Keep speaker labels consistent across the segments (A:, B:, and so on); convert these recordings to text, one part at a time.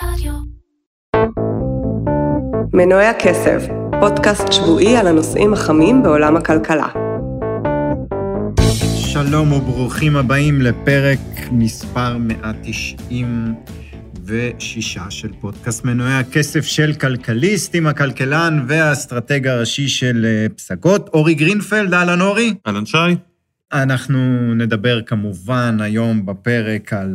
A: רדיו.
B: מנועי הכסף, פודקאסט שבועי על הנושאים החמים בעולם הכלכלה.
C: שלום וברוכים הבאים לפרק מספר 196 של פודקאסט מנועי הכסף של כלכליסט, עם הכלכלן והאסטרטג הראשי של פסגות, אורי גרינפלד. אהלן אורי.
D: אהלן שי.
C: אנחנו נדבר כמובן היום בפרק על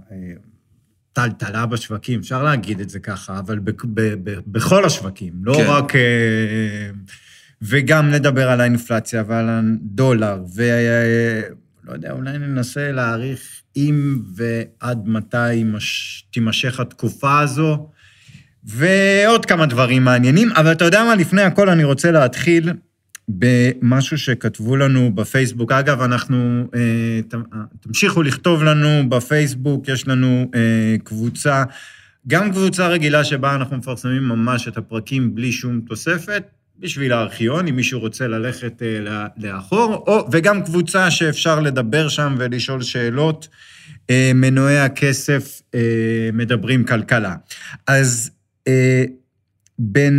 C: טלטלה בשווקים, אפשר להגיד את זה ככה, אבל בכל השווקים, לא
D: כן.
C: רק... וגם נדבר על האינפלציה ועל הדולר, ולא יודע, אולי ננסה להעריך אם ועד מתי תימשך התקופה הזו, ועוד כמה דברים מעניינים, אבל אתה יודע מה, לפני הכל אני רוצה להתחיל במשהו שכתבו לנו בפייסבוק. אגב, אנחנו, תמשיכו לכתוב לנו בפייסבוק, יש לנו קבוצה, גם קבוצה רגילה שבה אנחנו מפרסמים ממש את הפרקים בלי שום תוספת, בשביל הארכיון, אם מישהו רוצה ללכת לאחור, וגם קבוצה שאפשר לדבר שם ולשאול שאלות, מנועי הכסף מדברים כלכלה. אז בן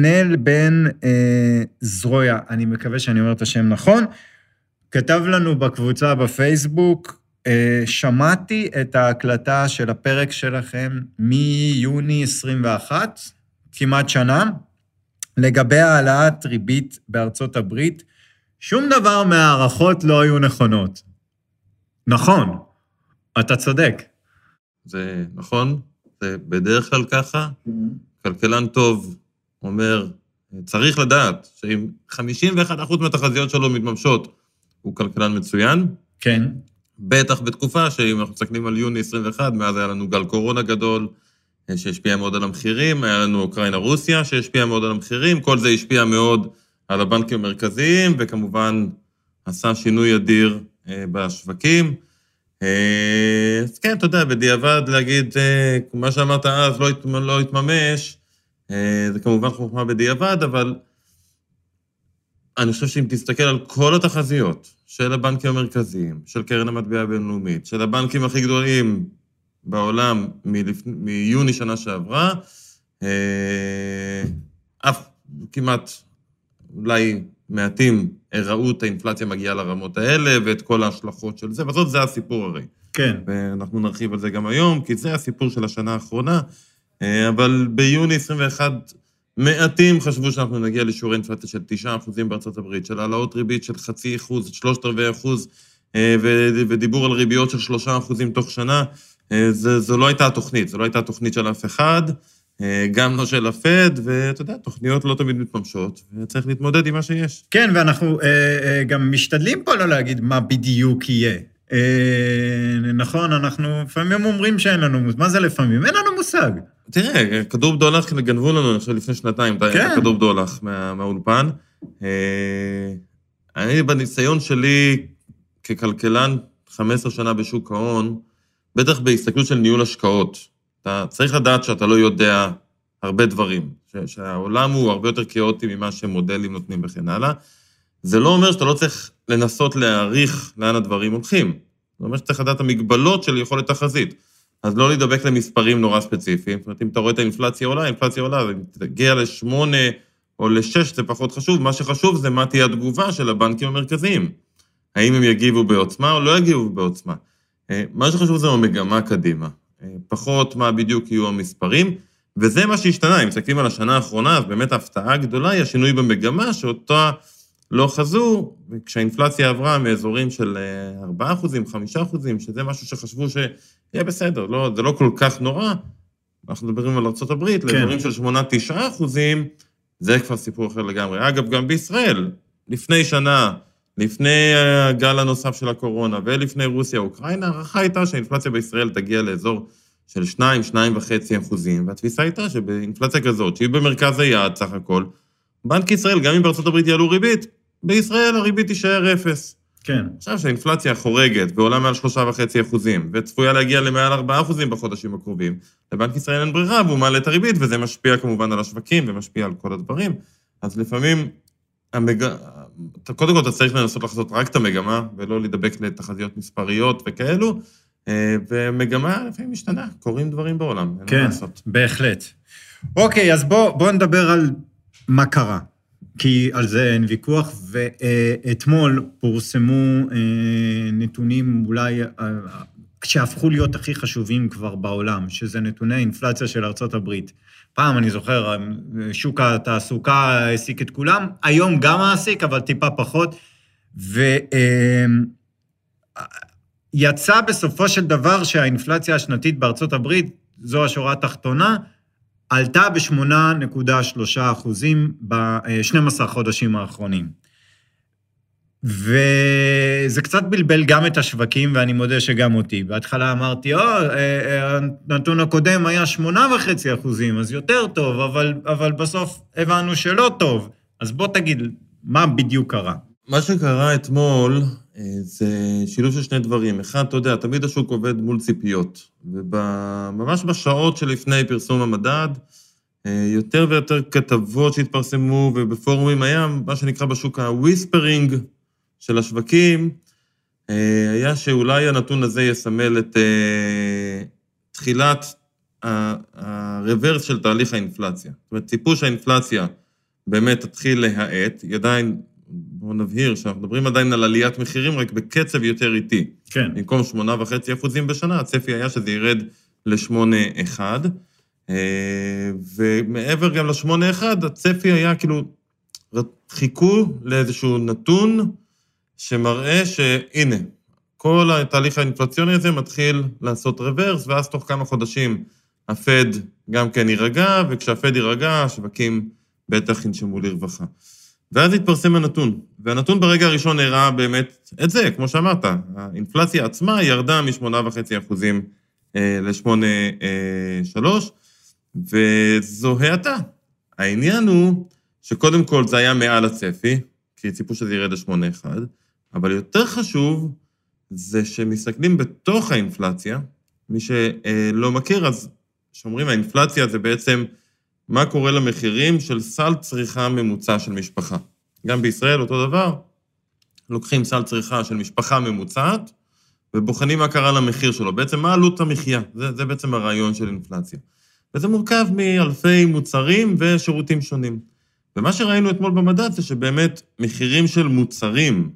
C: זרויה, אני מקווה שאני אומר את השם נכון, כתב לנו בקבוצה בפייסבוק, שמעתי את ההקלטה של הפרק שלכם מיוני 21, כמעט שנה, לגבי העלאת ריבית בארצות הברית, שום דבר מהערכות לא היו נכונות. נכון, אתה צודק.
D: זה נכון, זה בדרך כלל ככה. כלכלן טוב אומר, צריך לדעת שאם 51% מהתחזיות שלו מתממשות, הוא כלכלן מצוין.
C: כן.
D: בטח בתקופה שאם אנחנו מסתכלים על יוני 21, מאז היה לנו גל קורונה גדול, שהשפיע מאוד על המחירים, היה לנו אוקראינה-רוסיה שהשפיע מאוד על המחירים, כל זה השפיע מאוד על הבנקים המרכזיים, וכמובן עשה שינוי אדיר בשווקים. אז כן, אתה יודע, בדיעבד להגיד, מה שאמרת אז לא התממש, זה כמובן חוכמה בדיעבד, אבל אני חושב שאם תסתכל על כל התחזיות של הבנקים המרכזיים, של קרן המטבע הבינלאומית, של הבנקים הכי גדולים בעולם מיוני שנה שעברה, אף כמעט אולי מעטים ראו את האינפלציה מגיעה לרמות האלה, ואת כל ההשלכות של זה, בסוף זה הסיפור הרי.
C: כן.
D: ואנחנו נרחיב על זה גם היום, כי זה הסיפור של השנה האחרונה, אבל ביוני 21 מעטים חשבו שאנחנו נגיע לשיעורי אינפלציה של 9% בארצות הברית, של העלאות ריבית של 0.5%, 0.75%, ודיבור על ריביות של 3% תוך שנה. זו לא הייתה התוכנית, זו לא הייתה התוכנית של אף אחד, גם לא של הפד, ואתה יודע, תוכניות לא תמיד מתממשות, וצריך להתמודד עם מה שיש.
C: כן, ואנחנו גם משתדלים פה לא להגיד מה בדיוק יהיה. נכון, אנחנו לפעמים אומרים שאין לנו מושג, מה זה לפעמים? אין לנו מושג.
D: תראה, כדור בדולח גנבו לנו, אני חושב לפני שנתיים, את הכדור בדולח מהאולפן. אני בניסיון שלי ככלכלן 15 שנה בשוק ההון, בטח בהסתכלות של ניהול השקעות. אתה צריך לדעת שאתה לא יודע הרבה דברים, שהעולם הוא הרבה יותר כאוטי ממה שמודלים נותנים וכן הלאה. זה לא אומר שאתה לא צריך לנסות להעריך לאן הדברים הולכים. זה אומר שצריך לדעת המגבלות של יכולת תחזית. אז לא להידבק למספרים נורא ספציפיים. זאת אומרת, אם אתה רואה את האינפלציה עולה, אם תגיע ל8 או ל6, זה פחות חשוב. מה שחשוב זה מה תהיה התגובה של הבנקים המרכזיים. האם הם יגיבו בעוצמה או לא יגיבו בעוצמה. מה שחשוב זה המגמה קדימה. פחות מה בדיוק יהיו המספרים, וזה מה שהשתנה. אם מסתכלים על השנה האחרונה, אז באמת ההפתעה הגדולה היא השינוי במגמה, שאותה לא חזו, וכשהאינפלציה עברה מאזורים של 4%, 5%, שזה משהו שחשבו שיהיה בסדר, זה לא כל כך נורא. אנחנו מדברים על ארצות הברית, כן. לאזורים של 8-9%, זה כבר סיפור אחר לגמרי. אגב, גם בישראל, לפני שנה, לפני הגל הנוסף של הקורונה, ולפני רוסיה, אוקראינה, הערכה הייתה שהאינפלציה בישראל תגיע לאזור של 2-2.5%, והתפיסה הייתה שבאינפלציה כזאת, שהיא במרכז היעד סך הכל, בנק ישראל, גם אם בארצות הברית יעלו ריבית, בישראל הריבית תישאר 0.
C: כן.
D: עכשיו שהאינפלציה חורגת, בעולם מעל 3.5%, וצפויה להגיע למעל 4% בחודשים הקרובים, לבנק ישראל אין ברירה, והוא מעלה את הריבית, וזה משפיע כמובן על השווקים, ומשפיע על כל הדברים. אז לפעמים, קודם כל אתה צריך לנסות לחזות רק את המגמה, ולא לדבק לתחזיות מספריות וכאלו, ומגמה לפעמים משתנה, קורים דברים בעולם.
C: כן, בהחלט. אוקיי, אז בוא נדבר על מה קרה, כי על זה אין ויכוח, ואתמול פורסמו נתונים אולי שהפכו להיות הכי חשובים כבר בעולם, שזה נתוני האינפלציה של ארצות הברית. פעם, אני זוכר, שוק התעסוקה העסיק את כולם, היום גם העסיק, אבל טיפה פחות, יצא בסופו של דבר שהאינפלציה השנתית בארצות הברית, זו השורה התחתונה, עלתה ב8.3% ב-12 חודשים האחרונים. וזה קצת בלבל גם את השווקים, ואני מודה שגם אותי. בהתחלה אמרתי, הנתון הקודם היה 8.5%, אז יותר טוב, אבל בסוף הבנו שלא טוב. אז בוא תגיד, מה בדיוק קרה?
D: מה שקרה אתמול, זה שילוב של שני דברים. אחד, אתה יודע, תמיד השוק עובד מול ציפיות, וממש בשעות שלפני פרסום המדד, יותר ויותר כתבות שהתפרסמו, ובפורומים היה מה שנקרא בשוק הוויספרינג של השווקים, היה שאולי הנתון הזה יסמל את תחילת הרוורס של תהליך האינפלציה. זאת אומרת, ציפו שהאינפלציה באמת תתחיל להאט, היא עדיין, בואו נבהיר, שאנחנו מדברים עדיין על עליית מחירים, רק בקצב יותר איטי. כן. במקום 8.5% בשנה, הצפי היה שזה ירד ל-8.1%, ומעבר גם ל-8.1%, הצפי היה כאילו, חיכו לאיזשהו נתון, שמראה שהנה, כל התהליך האינפלציוני הזה מתחיל לעשות רוורס, ואז תוך כמה חודשים הפד גם כן יירגע, וכשהפד יירגע, השווקים בטח ינשמו לרווחה. ואז התפרסם הנתון, והנתון ברגע הראשון הראה באמת את זה, כמו שאמרת, האינפלציה עצמה ירדה מ8.5% ל8.3%, וזו האטה. העניין הוא שקודם כל זה היה מעל הצפי, כי ציפו שזה ירד ל8.1%, אבל יותר חשוב זה שמסתכלים בתוך האינפלציה, מי שלא מכיר, אז שאומרים האינפלציה זה בעצם מה קורה למחירים של סל צריכה ממוצע של משפחה. גם בישראל אותו דבר, לוקחים סל צריכה של משפחה ממוצעת, ובוחנים מה קרה למחיר שלו, בעצם מה עלות המחיה, זה בעצם הרעיון של אינפלציה. וזה מורכב מאלפי מוצרים ושירותים שונים. ומה שראינו אתמול במדד זה שבאמת מחירים של מוצרים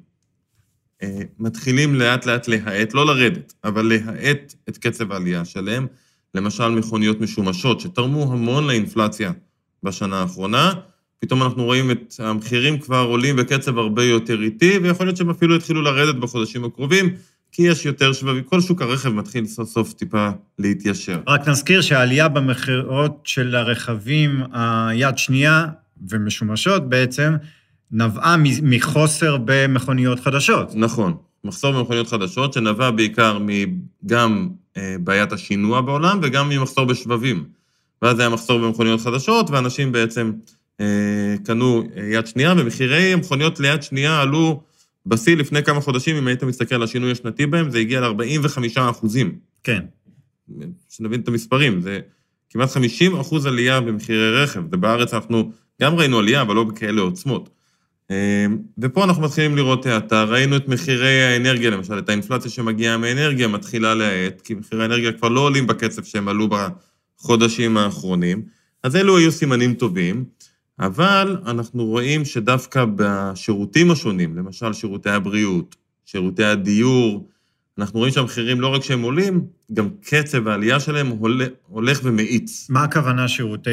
D: מתחילים לאט לאט להאט, לא לרדת, אבל להאט את קצב העלייה שלהם, למשל מכוניות משומשות שתרמו המון לאינפלציה בשנה האחרונה, פתאום אנחנו רואים את המחירים כבר עולים בקצב הרבה יותר איטי, ויכול להיות שהם אפילו התחילו לרדת בחודשים הקרובים, כי יש יותר שבבים, כל שוק הרכב מתחיל סוף סוף טיפה להתיישר.
C: רק נזכיר שהעלייה במחירות של הרכבים היד שנייה ומשומשות בעצם, נבעה מחוסר במכוניות חדשות.
D: נכון, מחסור במכוניות חדשות, שנבע בעיקר גם בעיית השינוע בעולם, וגם ממחסור בשבבים. ואז היה מחסור במכוניות חדשות, ואנשים בעצם קנו יד שנייה, ומחירי המכוניות ליד שנייה עלו בשיא לפני כמה חודשים, אם היית מסתכל על השינוי השנתי בהם, זה הגיע ל-45%.
C: כן.
D: שנבין את המספרים, זה כמעט 50% עלייה במחירי רכב, ובארץ אנחנו גם ראינו עלייה, אבל לא בכאלה עוצמות. ופה אנחנו מתחילים לראות האטה, ראינו את מחירי האנרגיה, למשל, את האינפלציה שמגיעה מאנרגיה, מתחילה להאט, כי מחירי האנרגיה כבר לא עולים בקצב שהם עלו בחודשים האחרונים, אז אלו היו סימנים טובים, אבל אנחנו רואים שדווקא בשירותים השונים, למשל שירותי הבריאות, שירותי הדיור, אנחנו רואים שהמחירים לא רק שהם עולים, גם קצב העלייה שלהם הולך ומאיץ.
C: מה הכוונה שירותי...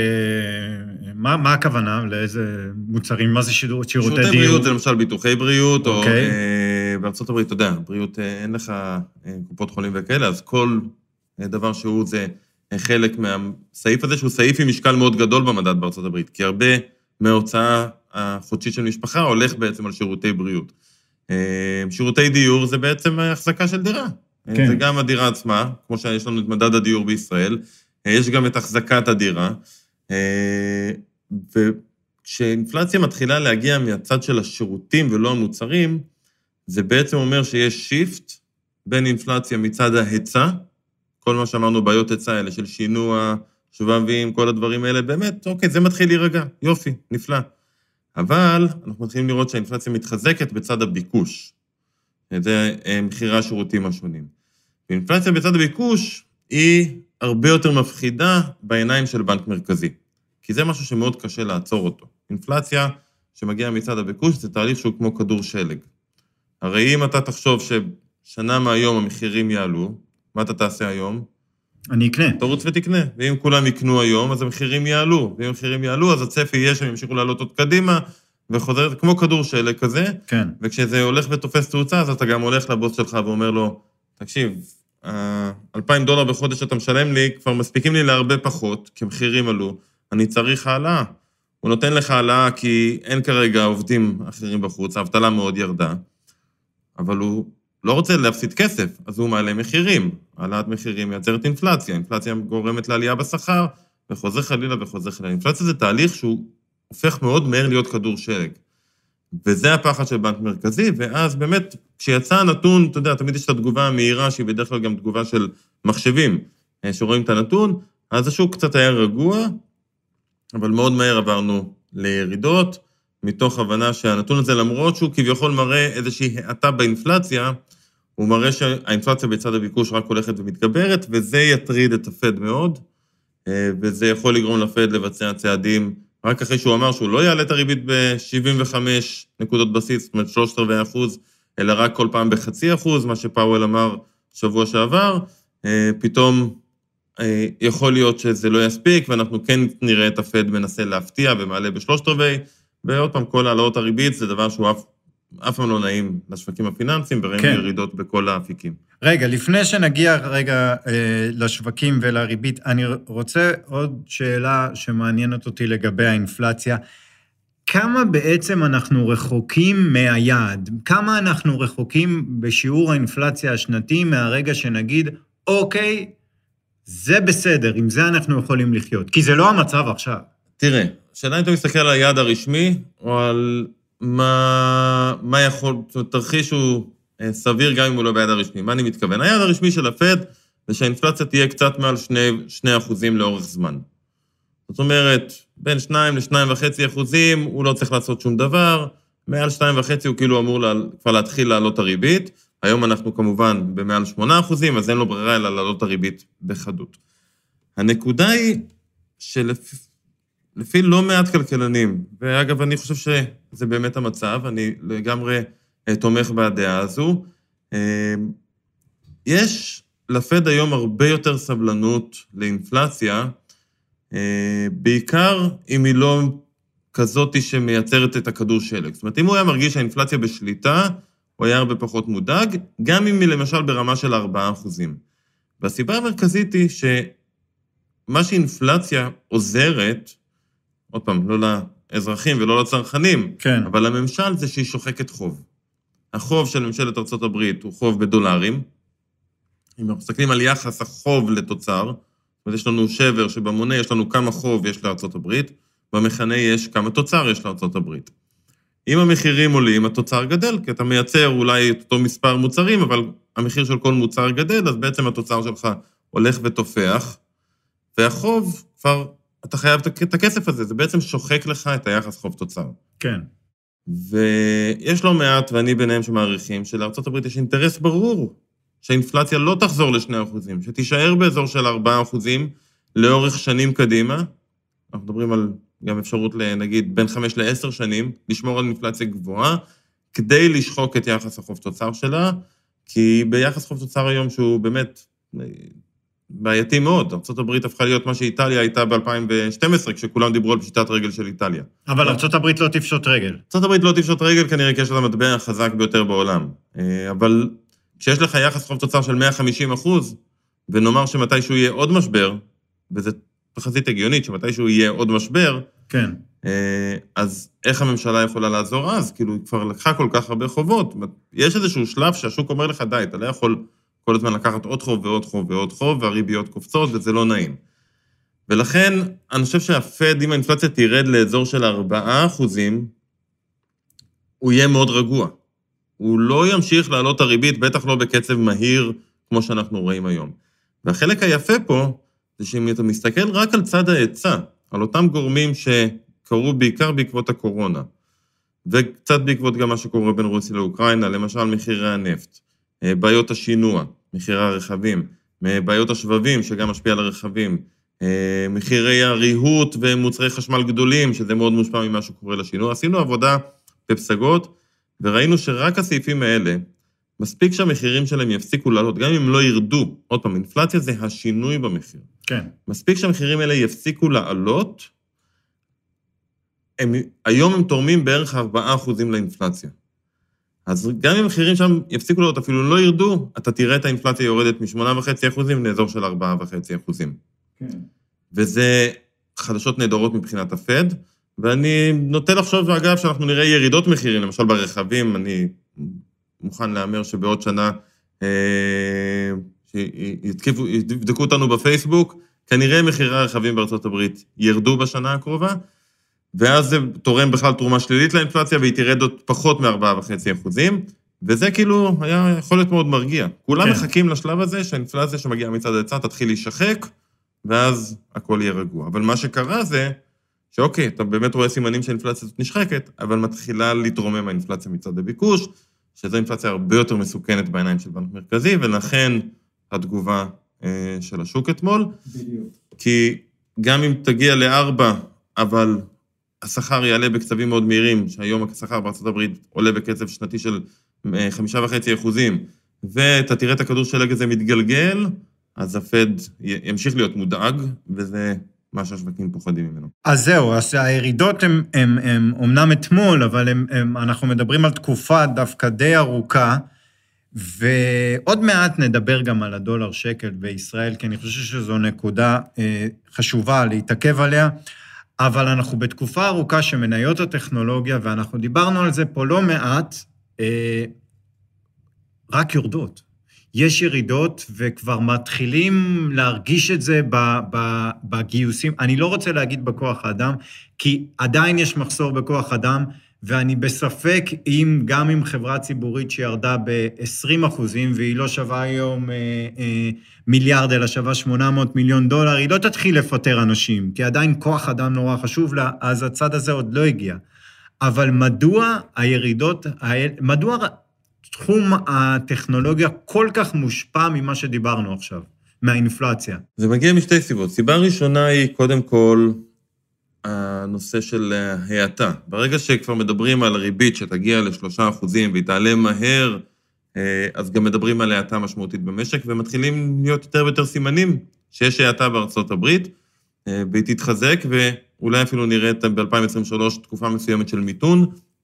C: מה הכוונה? לאיזה מוצרים? מה זה שירותי דיור?
D: שירותי בריאות זה למשל ביטוחי בריאות, או בארצות הברית, אתה יודע, בריאות אין לך קופות חולים וכאלה, אז כל דבר שהוא זה חלק מהסעיף הזה, שהוא סעיף עם משקל מאוד גדול במדד בארצות הברית, כי הרבה מההוצאה החודשית של משפחה הולך בעצם על שירותי בריאות. שירותי דיור זה בעצם החזקה של דירה. כן. זה גם הדירה עצמה, כמו שיש לנו את מדד הדיור בישראל, יש גם את החזקת הדירה, וכשאינפלציה מתחילה להגיע מהצד של השירותים ולא המוצרים, זה בעצם אומר שיש שיפט בין אינפלציה מצד ההיצע, כל מה שאמרנו בעיות היצע האלה של שינוע, שבבים, כל הדברים האלה, באמת, אוקיי, זה מתחיל להירגע, יופי, נפלא. אבל אנחנו מתחילים לראות שהאינפלציה מתחזקת בצד הביקוש. זה מחירי השירותים השונים. ואינפלציה בצד הביקוש היא הרבה יותר מפחידה בעיניים של בנק מרכזי, כי זה משהו שמאוד קשה לעצור אותו. אינפלציה שמגיעה מצד הביקוש זה תהליך שהוא כמו כדור שלג. הרי אם אתה תחשוב ששנה מהיום המחירים יעלו, מה אתה תעשה היום?
C: אני אקנה.
D: תרוץ ותקנה, ואם כולם יקנו היום, אז המחירים יעלו, ואם המחירים יעלו, אז הצפי יהיה שהם ימשיכו לעלות עוד קדימה, וחוזר, כמו כדור שלג כזה,
C: כן.
D: וכשזה הולך ותופס תאוצה, אז אתה גם הולך לבוס שלך ואומר לו, תקשיב, $2,000 בחודש שאתה משלם לי, כבר מספיקים לי להרבה פחות, כי מחירים עלו, אני צריך העלאה. הוא נותן לך העלאה כי אין כרגע עובדים אחרים בחוץ, האבטלה מאוד ירדה, אבל הוא לא רוצה להפסיד כסף, אז הוא מעלה מחירים. העלאת מחירים מייצרת אינפלציה, אינפלציה גורמת לעלייה בשכר, וחוזר חלילה וחוזר חלילה. אינפלציה זה תהליך שהוא הופך מאוד מהר להיות כדור שלג. וזה הפחד של בנק מרכזי, ואז באמת, כשיצא הנתון, אתה יודע, תמיד יש את התגובה המהירה, שהיא בדרך כלל גם תגובה של מחשבים, שרואים את הנתון, אז השוק קצת היה רגוע, אבל מאוד מהר עברנו לירידות, מתוך הבנה שהנתון הזה, למרות שהוא כביכול מראה איזושהי האטה באינפלציה, הוא מראה שהאינפלציה בצד הביקוש רק הולכת ומתגברת, וזה יטריד את הפד מאוד, וזה יכול לגרום לפד לבצע צעדים, רק אחרי שהוא אמר שהוא לא יעלה את הריבית ב-75 נקודות בסיס, זאת אומרת 3.25%, אלא רק כל פעם ב0.5%, מה שפאוול אמר שבוע שעבר, פתאום יכול להיות שזה לא יספיק, ואנחנו כן נראה את הפד מנסה להפתיע ומעלה ב3/4, ועוד פעם כל העלאות הריבית זה דבר שהוא אף פעם לא נעים לשווקים הפיננסיים, וראינו כן. ירידות בכל האפיקים.
C: רגע, לפני שנגיע לשווקים ולריבית, אני רוצה עוד שאלה שמעניינת אותי לגבי האינפלציה. כמה בעצם אנחנו רחוקים מהיעד? כמה אנחנו רחוקים בשיעור האינפלציה השנתי מהרגע שנגיד, אוקיי, זה בסדר, עם זה אנחנו יכולים לחיות, כי זה לא המצב עכשיו.
D: תראה, שאלה אם אתה מסתכל על היעד הרשמי, או על מה יכול, תרחיש הוא סביר גם אם הוא לא ביעד הרשמי. מה אני מתכוון? היעד הרשמי של הפד, זה שהאינפלציה תהיה קצת מעל 2% לאורך זמן. זאת אומרת, בין 2 ל-2.5%, הוא לא צריך לעשות שום דבר, מעל 2.5 הוא כאילו אמור כבר להתחיל לעלות הריבית, היום אנחנו כמובן במעל 8%, אז אין לו ברירה אלא לעלות הריבית בחדות. הנקודה היא לפי לא מעט כלכלנים, ואגב אני חושב שזה באמת המצב, אני לגמרי תומך בדעה הזו, יש לפד היום הרבה יותר סבלנות לאינפלציה, בעיקר אם היא לא כזאת שמייצרת את הכדור שלג. זאת אומרת, אם הוא היה מרגיש שהאינפלציה בשליטה, הוא היה הרבה פחות מודאג, גם אם היא למשל ברמה של 4%. והסיבה המרכזית היא שמה שאינפלציה עוזרת, עוד פעם, לא לאזרחים ולא לצרכנים, כן. אבל לממשל זה שהיא שוחקת חוב. החוב של ממשלת ארצות הברית הוא חוב בדולרים, אם אנחנו מסתכלים על יחס החוב לתוצר, יש לנו שבר שבמונה יש לנו כמה חוב יש לארצות הברית, במכנה יש כמה תוצר יש לארצות הברית. אם המחירים עולים, התוצר גדל, כי אתה מייצר אולי אותו מספר מוצרים, אבל המחיר של כל מוצר גדל, אז בעצם התוצר שלך הולך ותופח, והחוב כבר, אתה חייב את הכסף הזה, זה בעצם שוחק לך את היחס חוב תוצר.
C: כן.
D: ויש לא מעט, ואני ביניהם שמעריכים, שלארצות הברית יש אינטרס ברור, שהאינפלציה לא תחזור ל2%, שתישאר באזור של 4% לאורך שנים קדימה, אנחנו מדברים על גם אפשרות נגיד בין 5 ל10 שנים, לשמור על אינפלציה גבוהה, כדי לשחוק את יחס החוב תוצר שלה, כי ביחס חוב תוצר היום שהוא באמת בעייתי מאוד, ארצות הברית הפכה להיות מה שאיטליה הייתה ב-2012, כשכולם דיברו על פשיטת רגל של איטליה.
C: אבל ארצות הברית לא תפשוט רגל.
D: ארצות הברית לא תפשוט רגל, כנראה כי יש לה מטבע החזק ביותר בעולם. אבל כשיש לך יחס חוב תוצר של 150%, ונאמר שמתישהו יהיה עוד משבר, וזה תחזית הגיונית, שמתישהו יהיה עוד משבר,
C: כן.
D: אז איך הממשלה יכולה לעזור אז? כאילו, היא כבר לקחה כל כך הרבה חובות. יש איזשהו שלב שהשוק אומר לך, די, אתה לא יכול כל הזמן לקחת עוד חוב ועוד חוב ועוד חוב, והריביות קופצות, וזה לא נעים. ולכן, אני חושב שהפד, אם האינפלציה תירד לאזור של 4%, הוא יהיה מאוד רגוע. הוא לא ימשיך לעלות הריבית, בטח לא בקצב מהיר, כמו שאנחנו רואים היום. והחלק היפה פה, זה שאם אתה מסתכל רק על צד ההיצע, על אותם גורמים שקרו בעיקר בעקבות הקורונה, וקצת בעקבות גם מה שקורה בין רוסיה לאוקראינה, למשל מחירי הנפט, בעיות השינוע, מחירי הרכבים, מבעיות השבבים, שגם משפיע על הרכבים, מחירי הריהוט ומוצרי חשמל גדולים, שזה מאוד מושפע ממה שקורה לשינוי. עשינו עבודה בפסגות, וראינו שרק הסעיפים האלה, מספיק שהמחירים שלהם יפסיקו לעלות, גם אם לא ירדו. עוד פעם, אינפלציה זה השינוי במחיר.
C: כן.
D: מספיק שהמחירים האלה יפסיקו לעלות, היום הם תורמים בערך 4% לאינפלציה. אז גם אם המחירים שם יפסיקו לעלות, אפילו לא ירדו, אתה תראה את האינפלציה יורדת מ8.5% לאזור של 4.5%. כן. וזה חדשות נהדרות מבחינת הפד, ואני נוטה לחשוב, אגב, שאנחנו נראה ירידות מחירים, למשל ברכבים, אני מוכן לאמר שבעוד שנה יבדקו אותנו בפייסבוק, כנראה מחירי הרכבים בארצות הברית ירדו בשנה הקרובה, ואז זה תורם בכלל תרומה שלילית לאינפלציה, והיא תרד עוד פחות מ4.5%, וזה כאילו היה יכול להיות מאוד מרגיע. כולם מחכים לשלב הזה, שהאינפלציה שמגיעה מצד ההיצע תתחיל להישחק, ואז הכל יהיה רגוע. אבל מה שקרה זה, שאוקיי, אתה באמת רואה סימנים שהאינפלציה הזאת נשחקת, אבל מתחילה להתרומם האינפלציה מצד הביקוש, שזו אינפלציה הרבה יותר מסוכנת בעיניים של בנק מרכזי, ולכן התגובה של השוק אתמול. בדיוק. כי גם אם תגיע ל4, אבל השכר יעלה בקצבים מאוד מהירים, שהיום השכר בארצות הברית עולה בקצב שנתי של 5.5%, ואתה תראה את הכדור שלג הזה מתגלגל, אז הפד ימשיך להיות מודאג, וזה מה שהשווקים פוחדים ממנו.
C: אז זהו, אז הירידות הם אומנם אתמול, אבל אנחנו מדברים על תקופה דווקא די ארוכה, ועוד מעט נדבר גם על הדולר שקל בישראל, כי אני חושב שזו נקודה חשובה להתעכב עליה, אבל אנחנו בתקופה ארוכה שמניות הטכנולוגיה, ואנחנו דיברנו על זה פה לא מעט, רק יורדות. יש ירידות וכבר מתחילים להרגיש את זה בגיוסים. אני לא רוצה להגיד בכוח האדם, כי עדיין יש מחסור בכוח אדם, ואני בספק אם גם עם חברה ציבורית שירדה ב-20%, והיא לא שווה היום מיליארד, אלא שווה $800 מיליון, היא לא תתחיל לפטר אנשים, כי עדיין כוח אדם נורא חשוב לה, אז הצד הזה עוד לא הגיע. אבל מדוע הירידות, מדוע תחום הטכנולוגיה כל כך מושפע ממה שדיברנו עכשיו, מהאינפלציה?
D: זה מגיע משתי סיבות. סיבה ראשונה היא קודם כל הנושא של ההאטה. ברגע שכבר מדברים על ריבית שתגיע ל3% והיא תעלה מהר, אז גם מדברים על האטה משמעותית במשק, ומתחילים להיות יותר ויותר סימנים שיש האטה בארצות הברית, והיא תתחזק, ואולי אפילו נראה ב-2023 תקופה מסוימת של מיתון,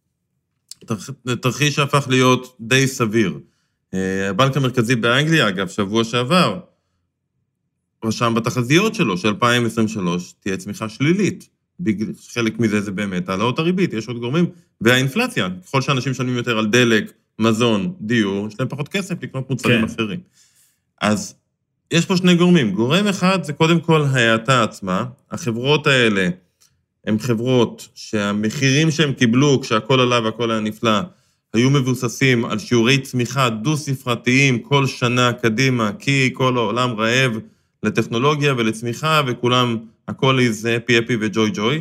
D: תרחיש שהפך להיות די סביר. הבנק המרכזי באנגליה, אגב, שבוע שעבר, רשם בתחזיות שלו, של 2023, תהיה צמיחה שלילית. חלק מזה זה באמת העלאות הריבית, יש עוד גורמים, והאינפלציה, ככל שאנשים משלמים יותר על דלק, מזון, דיור, יש להם פחות כסף לקנות מוצרים אחרים. אז יש פה שני גורמים. גורם אחד זה קודם כל ההאטה עצמה. החברות האלה הן חברות שהמחירים שהם קיבלו, כשהכל עלה והכל היה נפלא, היו מבוססים על שיעורי צמיחה דו-ספרתיים כל שנה קדימה, כי כל העולם רעב לטכנולוגיה ולצמיחה, וכולם, הכל איזה אפי וג'וי,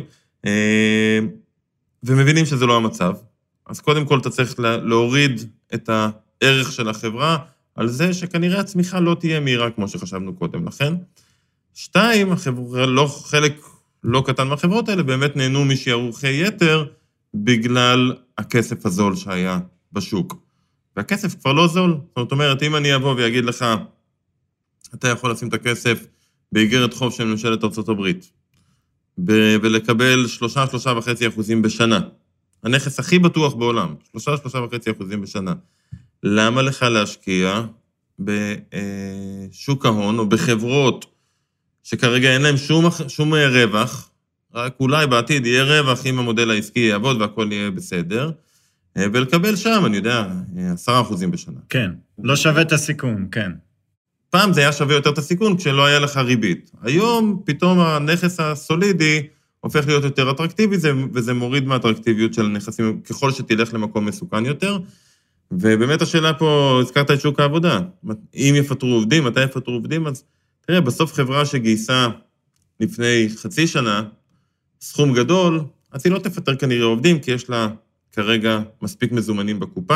D: ומבינים שזה לא המצב. אז קודם כל אתה צריך להוריד את הערך של החברה, על זה שכנראה הצמיחה לא תהיה מהירה כמו שחשבנו קודם לכן. 2, חלק לא קטן מהחברות האלה באמת נהנו משערוכי יתר, בגלל הכסף הזול שהיה בשוק. והכסף כבר לא זול. זאת אומרת, אם אני אבוא ויגיד לך, אתה יכול לשים את הכסף באיגרת חוב של ממשלת ארצות הברית, ולקבל 3.5% בשנה. הנכס הכי בטוח בעולם, 3.5% בשנה. למה לך להשקיע בשוק ההון או בחברות שכרגע אין להם שום רווח, רק אולי בעתיד יהיה רווח אם המודל העסקי יעבוד והכל יהיה בסדר, ולקבל שם, אני יודע, 10% בשנה.
C: כן, לא שווה את הסיכון, כן.
D: פעם זה היה שווה יותר את הסיכון כשלא היה לך ריבית. היום פתאום הנכס הסולידי הופך להיות יותר אטרקטיבי, וזה מוריד מהאטרקטיביות של הנכסים ככל שתלך למקום מסוכן יותר. ובאמת השאלה פה, הזכרת את שוק העבודה. אם יפטרו עובדים, מתי יפטרו עובדים, אז תראה, בסוף חברה שגייסה לפני חצי שנה, סכום גדול, אז היא לא תפטר כנראה עובדים, כי יש לה כרגע מספיק מזומנים בקופה,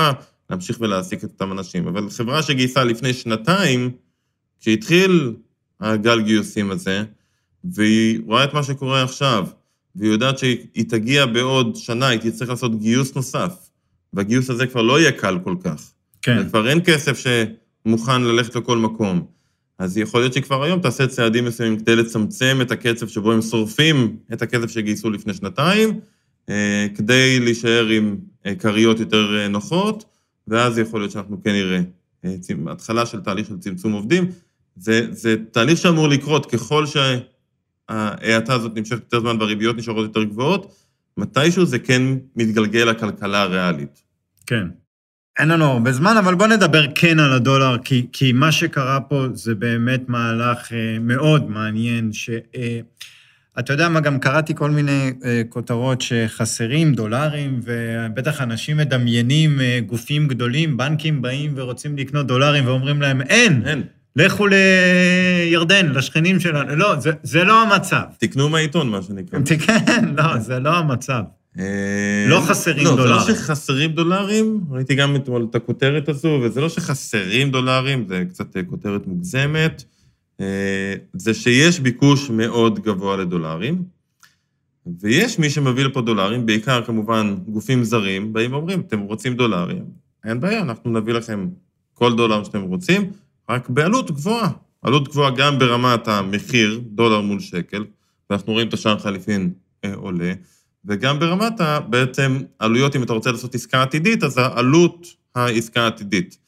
D: להמשיך ולהעסיק את אותם אנשים. אבל חברה שגייסה לפני שנתיים, כשהתחיל הגל גיוסים הזה, והיא רואה את מה שקורה עכשיו, והיא יודעת שהיא תגיע בעוד שנה, היא תצטרך לעשות גיוס נוסף, והגיוס הזה כבר לא יהיה קל כל כך.
C: כן.
D: וכבר אין כסף שמוכן ללכת לכל מקום. אז יכול להיות שכבר היום תעשה צעדים מסוימים כדי לצמצם את הקצב שבו הם שורפים את הכסף שגייסו לפני שנתיים, כדי להישאר עם קריות יותר נוחות, ואז יכול להיות שאנחנו כן נראה התחלה של תהליך של צמצום עובדים. זה תהליך שאמור לקרות ככל שההאטה הזאת נמשכת יותר זמן והריביות נשארות יותר גבוהות, מתישהו זה כן מתגלגל לכלכלה הריאלית.
C: כן. אין לנו הרבה זמן, אבל בוא נדבר כן על הדולר, כי מה שקרה פה זה באמת מהלך מאוד מעניין, אתה יודע מה, גם קראתי כל מיני כותרות שחסרים דולרים, ובטח אנשים מדמיינים גופים גדולים, בנקים באים ורוצים לקנות דולרים, ואומרים להם, אין. לכו לירדן, לשכנים שלנו. לא, זה לא המצב.
D: תקנו מהעיתון, מה שנקרא.
C: כן, לא, זה לא המצב. לא חסרים דולרים.
D: לא, זה לא שחסרים דולרים, ראיתי גם את הכותרת הזו, וזה לא שחסרים דולרים, זה קצת כותרת מוגזמת, זה שיש ביקוש מאוד גבוה לדולרים, ויש מי שמביא לפה דולרים, בעיקר כמובן גופים זרים, באים ואומרים, אתם רוצים דולרים, אין בעיה, אנחנו נביא לכם כל דולר שאתם רוצים, רק בעלות גבוהה. עלות גבוהה גם ברמת המחיר, דולר מול שקל, ואנחנו רואים את השער חליפין עולה, וגם ברמת בעצם עלויות, אם אתה רוצה לעשות עסקה עתידית, אז העלות העסקה העתידית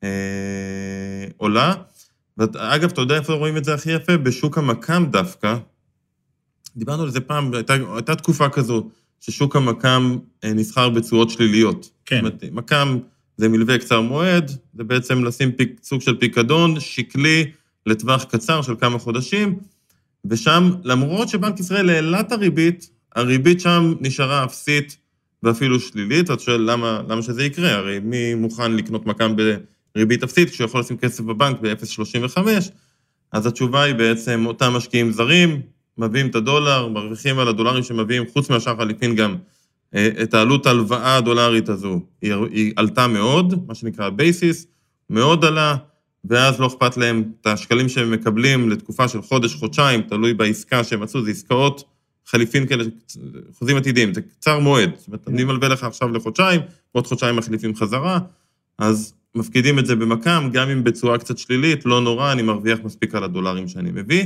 D: עולה. ואגב, אתה יודע איפה רואים את זה הכי יפה? בשוק המקם דווקא. דיברנו על זה פעם, הייתה תקופה כזו, ששוק המקם נסחר בצורות שליליות.
C: כן.
D: זאת אומרת, מקם זה מלווה קצר מועד, זה בעצם לשים סוג של פיקדון, שקלי, לטווח קצר של כמה חודשים, ושם, למרות שבנק ישראל העלה את הריבית שם נשארה אפסית ואפילו שלילית. אתה שואל למה שזה יקרה? הרי מי מוכן לקנות מקם בריבית אפסית, כשהוא יכול לשים כסף בבנק ב-0.35, אז התשובה היא בעצם אותם משקיעים זרים, מביאים את הדולר, מרוויחים על הדולרים שמביאים, חוץ מהשער חליפין גם, את העלות ההלוואה הדולרית הזו, היא עלתה מאוד, מה שנקרא בייסיס, מאוד עלה, ואז לא אכפת להם את השקלים שהם מקבלים לתקופה של חודש, חודשיים, תלוי בעסקה שהם עשו, זה עסקאות חליפין כאלה, חוזים עתידיים, זה קצר מועד, זאת אומרת, אני מלווה לך עכשיו לחודשיים, עוד חודשיים מחליפים חזרה, אז מפקידים את זה במקם, גם אם בצורה קצת שלילית, לא נורא, אני מרוויח מספיק על הדולרים שאני מביא,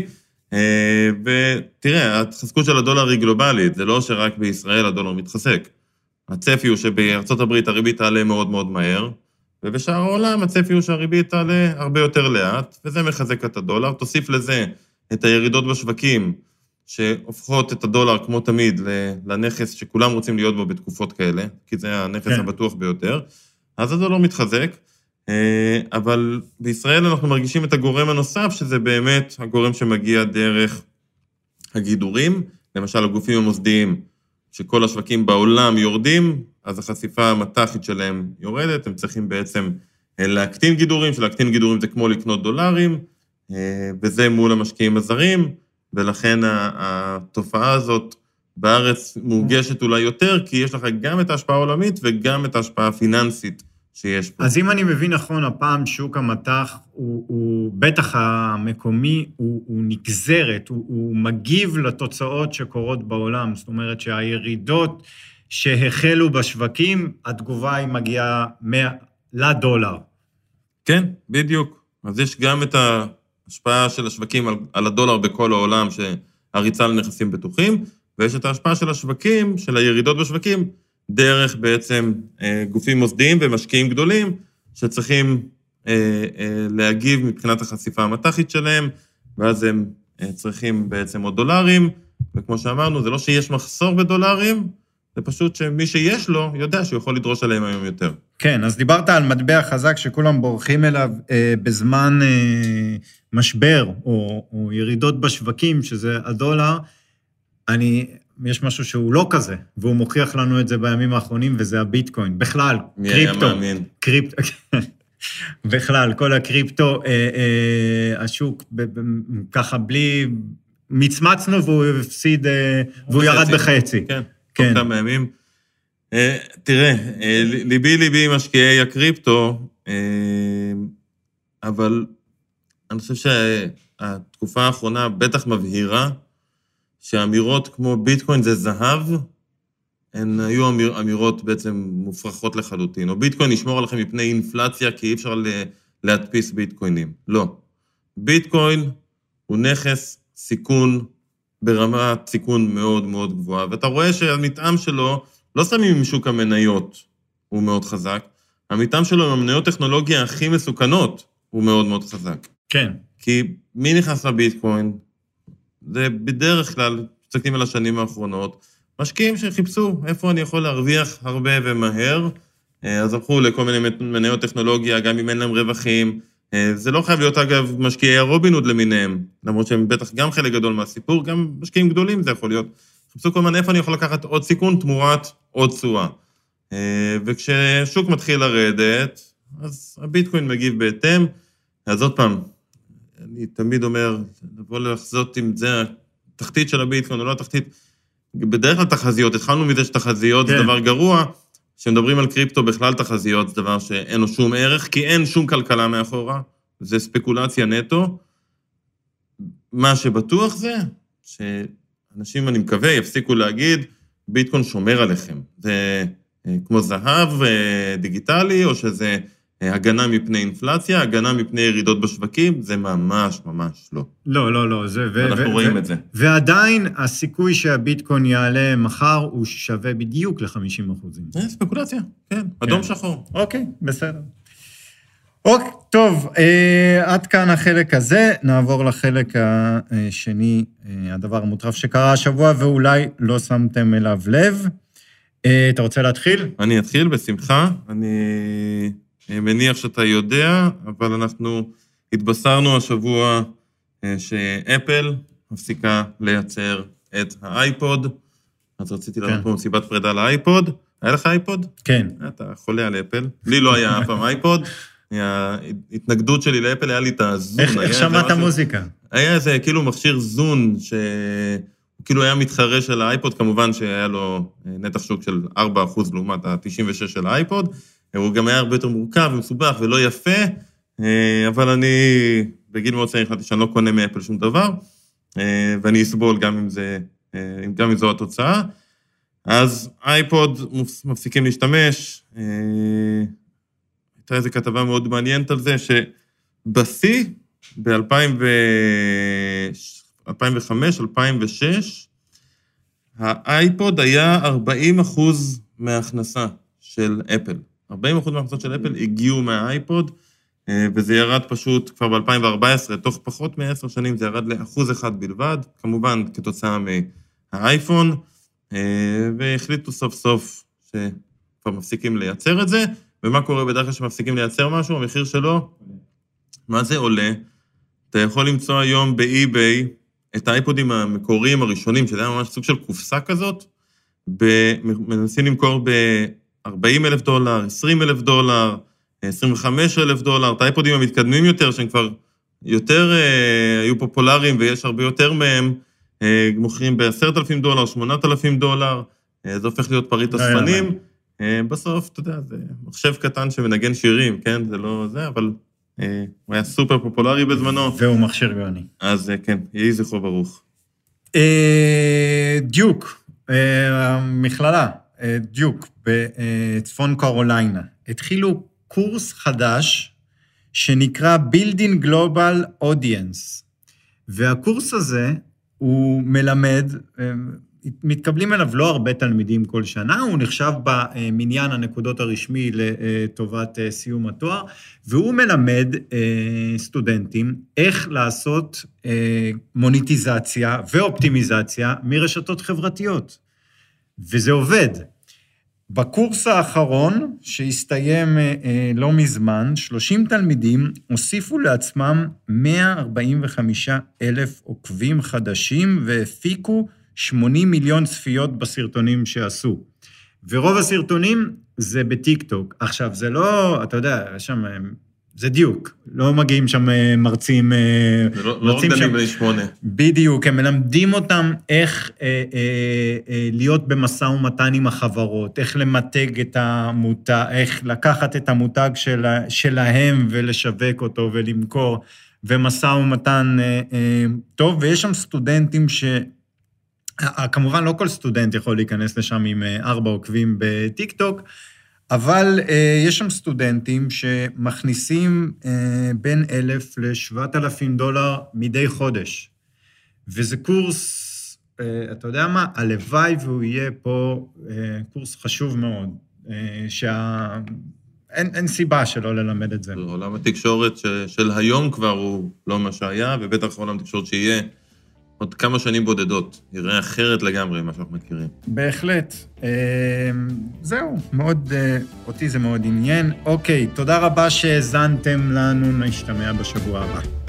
D: ותראה, ההתחזקות של הדולר היא גלובלית, זה לא שרק בישראל הדולר מתחזק, הצפי הוא שבארצות הברית הריבית תעלה מאוד מאוד מהר, ובשאר העולם הצפי הוא שהריבית תעלה הרבה יותר לאט, וזה מחזק את הדולר, תוסיף לזה את הירידות בשווקים, שהופכות את הדולר, כמו תמיד, לנכס שכולם רוצים להיות בו בתקופות כאלה, כי זה הנכס הבטוח ביותר, אז הדולר מתחזק, אבל בישראל אנחנו מרגישים את הגורם הנוסף, שזה באמת הגורם שמגיע דרך הגידורים, למשל הגופים המוסדיים, שכל השווקים בעולם יורדים, אז החשיפה המתחית שלהם יורדת, הם צריכים בעצם להקטין גידורים, שלהקטין גידורים זה כמו לקנות דולרים, וזה מול המשקיעים הזרים, ולכן התופעה הזאת בארץ מורגשת אולי יותר, כי יש לך גם את ההשפעה העולמית וגם את ההשפעה הפיננסית שיש פה.
C: אז אם אני מבין נכון, הפעם שוק המטח הוא בטח המקומי, הוא נגזרת, הוא מגיב לתוצאות שקורות בעולם, זאת אומרת שהירידות שהחלו בשווקים, התגובה היא מגיעה לדולר.
D: כן, בדיוק. אז יש גם את ההשפעה של השווקים על הדולר בכל העולם, שהריצה לנכסים בטוחים, ויש את ההשפעה של השווקים, של הירידות בשווקים, דרך בעצם גופים מוסדיים ומשקיעים גדולים, שצריכים להגיב מבחינת החשיפה המתחית שלהם, ואז הם צריכים בעצם עוד דולרים, וכמו שאמרנו, זה לא שיש מחסור בדולרים, זה פשוט שמי שיש לו יודע שהוא יכול לדרוש עליהם היום יותר.
C: כן, אז דיברת על מטבע חזק שכולם בורחים אליו בזמן משבר או ירידות בשווקים, שזה הדולר. יש משהו שהוא לא כזה, והוא מוכיח לנו את זה בימים האחרונים, וזה הביטקוין. בכלל, קריפטו. בכלל, כל הקריפטו, השוק ככה בלי, מצמצנו והוא הפסיד, והוא ירד בחצי.
D: כן, כל כמה ימים. תראה, ליבי משקיעי הקריפטו, אבל אני חושב שהתקופה האחרונה בטח מבהירה שאמירות כמו ביטקוין זה זהב, הן היו אמירות בעצם מופרכות לחלוטין. או ביטקוין ישמור עליכם מפני אינפלציה, כי אי אפשר להדפיס ביטקוינים. לא. ביטקוין הוא נכס סיכון ברמת סיכון מאוד מאוד גבוהה, ואתה רואה שהמטעם שלו, לא שמים עם שוק המניות, הוא מאוד חזק, המטעם שלו עם המניות טכנולוגיה הכי מסוכנות, הוא מאוד מאוד חזק.
C: כן.
D: כי מי נכנס לביטקוין? זה בדרך כלל, מסתכלים על השנים האחרונות, משקיעים שחיפשו איפה אני יכול להרוויח הרבה ומהר, אז הלכו לכל מיני מניות טכנולוגיה, גם אם אין להם רווחים, זה לא חייב להיות אגב משקיעי הרובינוד למיניהם, למרות שהם בטח גם חלק גדול מהסיפור, גם משקיעים גדולים זה יכול להיות, חיפשו כל מיני איפה אני יכול לקחת עוד סיכון תמורת עוד תשואה. וכששוק מתחיל לרדת, אז הביטקוין מגיב בהתאם, אז עוד פעם, אני תמיד אומר, לבוא לחזות עם זה, התחתית של הביטקוין או לא התחתית, בדרך כלל תחזיות, התחלנו מזה שתחזיות זה דבר גרוע, כשמדברים על קריפטו בכלל תחזיות זה דבר שאין לו שום ערך, כי אין שום כלכלה מאחורה, זה ספקולציה נטו. מה שבטוח זה, שאנשים אני מקווה יפסיקו להגיד, ביטקוין שומר עליכם. זה כמו זהב דיגיטלי, או שזה הגנה מפני אינפלציה, הגנה מפני ירידות בשווקים, זה ממש ממש לא.
C: לא, זה...
D: אנחנו רואים את זה.
C: ועדיין הסיכוי שהביטקוין יעלה מחר, הוא שווה בדיוק ל-50%.
D: זה ספקולציה, כן, אדום שחור.
C: אוקיי, בסדר. אוקיי, טוב, עד כאן החלק הזה, נעבור לחלק השני, הדבר המוטרף שקרה השבוע, ואולי לא שמתם אליו לב. אתה רוצה להתחיל?
D: אני אתחיל בשמחה, אני מניח שאתה יודע, אבל אנחנו התבשרנו השבוע שאפל מפסיקה לייצר את האייפוד, אז רציתי לעשות פה מסיבת פרידה לאייפוד, היה לך אייפוד?
C: כן. אתה
D: חולה על אפל, לי לא היה אף פעם אייפוד, ההתנגדות שלי לאפל היה לי את הזון.
C: איך שמעת מוזיקה?
D: היה איזה כאילו מכשיר זון, כאילו היה מתחרה של האייפוד, כמובן שהיה לו נתח שוק של 4% לעומת ה-96 של האייפוד, הוא גם היה הרבה יותר מורכב ומסובך ולא יפה, אבל אני בגיל מאוד צעיר החלטתי שאני לא קונה מאפל שום דבר, ואני אסבול גם אם זו התוצאה. אז אייפוד מפסיקים להשתמש, הייתה איזו כתבה מאוד מעניינת על זה, שבשיא ב-2005-2006, האייפוד היה 40% מההכנסה של אפל. 40% מההכנסות של אפל הגיעו מהאייפוד, וזה ירד פשוט כבר ב-2014, תוך פחות מ10 שנים זה ירד ל1% בלבד, כמובן כתוצאה מהאייפון, והחליטו סוף סוף שכבר מפסיקים לייצר את זה, ומה קורה בדרך כלל שמפסיקים לייצר משהו, המחיר שלו, מה זה עולה? אתה יכול למצוא היום באי-ביי את האייפודים המקוריים הראשונים, שזה היה ממש סוג של קופסה כזאת, מנסים למכור $40,000, $20,000, $25,000, את האייפודים המתקדמים יותר, שהם כבר יותר היו פופולריים, ויש הרבה יותר מהם, מוכרים $10,000, $8,000, זה הופך להיות פריט אספנים, בסוף, אתה יודע, זה מחשב קטן שמנגן שירים, כן? זה לא זה, אבל הוא היה סופר פופולרי בזמנו.
C: והוא מכשיר גאוני.
D: אז כן, יהי זכרו ברוך.
C: דיוק, מכללה, דיוק, בצפון קרוליינה. התחילו קורס חדש שנקרא Building Global Audience, והקורס הזה הוא מלמד, מתקבלים אליו לא הרבה תלמידים כל שנה, הוא נחשב במניין הנקודות הרשמי לטובת סיום התואר, והוא מלמד סטודנטים איך לעשות מוניטיזציה ואופטימיזציה מרשתות חברתיות. וזה עובד. בקורס האחרון, שהסתיים לא מזמן, 30 תלמידים הוסיפו לעצמם 145,000 עוקבים חדשים, והפיקו 80 מיליון צפיות בסרטונים שעשו. ורוב הסרטונים זה בטיק טוק. עכשיו, זה לא, אתה יודע, יש שם זה דיוק, לא מגיעים שם מרצים...
D: זה לא רוקדנים בני 8.
C: בדיוק, הם מלמדים אותם איך להיות במשא ומתן עם החברות, איך למתג את המותג, איך לקחת את המותג שלהם ולשווק אותו ולמכור, ומשא ומתן טוב, ויש שם סטודנטים כמובן לא כל סטודנט יכול להיכנס לשם עם 4 עוקבים בטיק-טוק, אבל יש שם סטודנטים שמכניסים בין 1,000 ל-7,000 דולר מדי חודש. וזה קורס, אתה יודע מה, הלוואי והוא יהיה פה קורס חשוב מאוד, אין סיבה שלא ללמד את זה.
D: עולם התקשורת של היום כבר הוא לא מה שהיה, ובטח עולם התקשורת שיהיה עוד כמה שנים בודדות, יראה אחרת לגמרי מה שאנחנו מכירים.
C: בהחלט. זהו, מאוד, אותי זה מאוד עניין. אוקיי, תודה רבה שהזנתם לנו, נשתמע בשבוע הבא.